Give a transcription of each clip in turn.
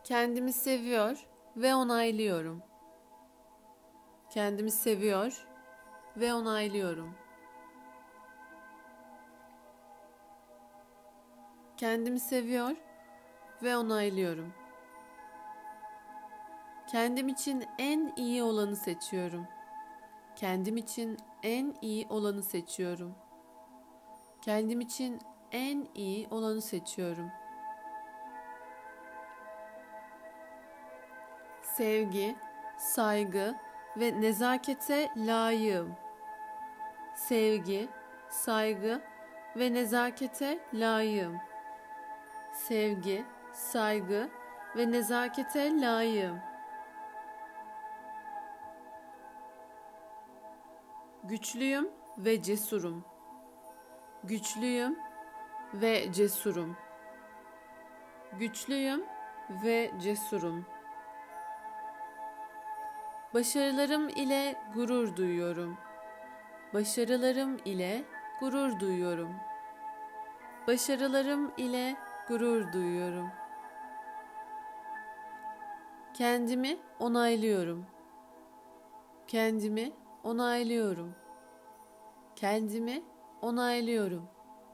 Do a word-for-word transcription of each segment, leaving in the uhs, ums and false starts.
Kendimi seviyor ve onaylıyorum. Kendimi seviyor ve onaylıyorum. Kendimi seviyor ve onaylıyorum. Kendim için en iyi olanı seçiyorum. Kendim için en iyi olanı seçiyorum. Kendim için en iyi olanı seçiyorum. Sevgi, saygı ve nezakete layığım. Sevgi, saygı ve nezakete layığım. Sevgi, saygı ve nezakete layığım. Güçlüyüm ve cesurum. Güçlüyüm ve cesurum. Güçlüyüm ve cesurum. Başarılarım ile gurur duyuyorum. Başarılarım ile gurur duyuyorum. Başarılarım ile gurur duyuyorum. Kendimi onaylıyorum. Kendimi onaylıyorum. Kendimi onaylıyorum.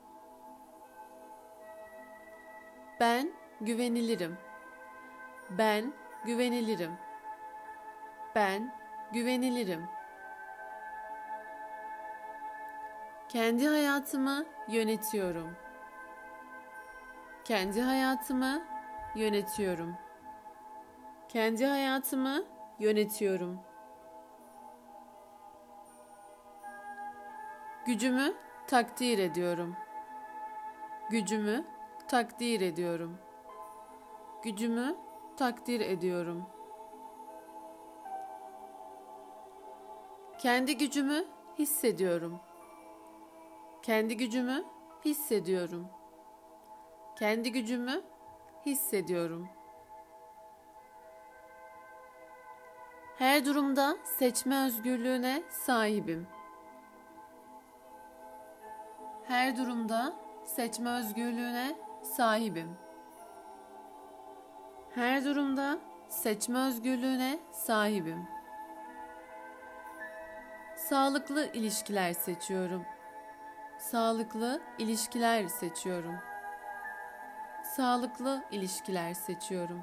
Ben güvenilirim. Ben güvenilirim. Ben güvenilirim. Kendi hayatımı yönetiyorum. Kendi hayatımı yönetiyorum. Kendi hayatımı yönetiyorum. Gücümü takdir ediyorum. Gücümü takdir ediyorum. Gücümü takdir ediyorum. Kendi gücümü hissediyorum. Kendi gücümü hissediyorum. Kendi gücümü hissediyorum. Her durumda seçme özgürlüğüne sahibim. Her durumda seçme özgürlüğüne sahibim. Her durumda seçme özgürlüğüne sahibim. Sağlıklı ilişkiler seçiyorum. Sağlıklı ilişkiler seçiyorum. Sağlıklı ilişkiler seçiyorum.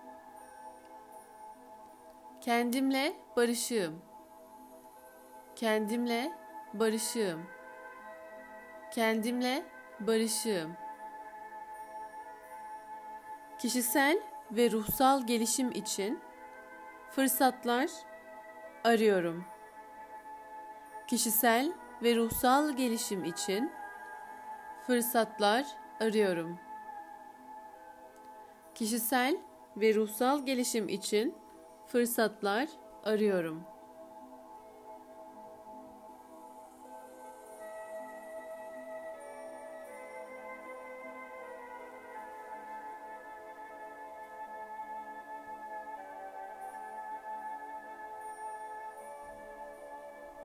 Kendimle barışığım. Kendimle barışığım. Kendimle barışığım. Kişisel ve ruhsal gelişim için fırsatlar arıyorum. Kişisel ve ruhsal gelişim için fırsatlar arıyorum. Kişisel ve ruhsal gelişim için fırsatlar arıyorum.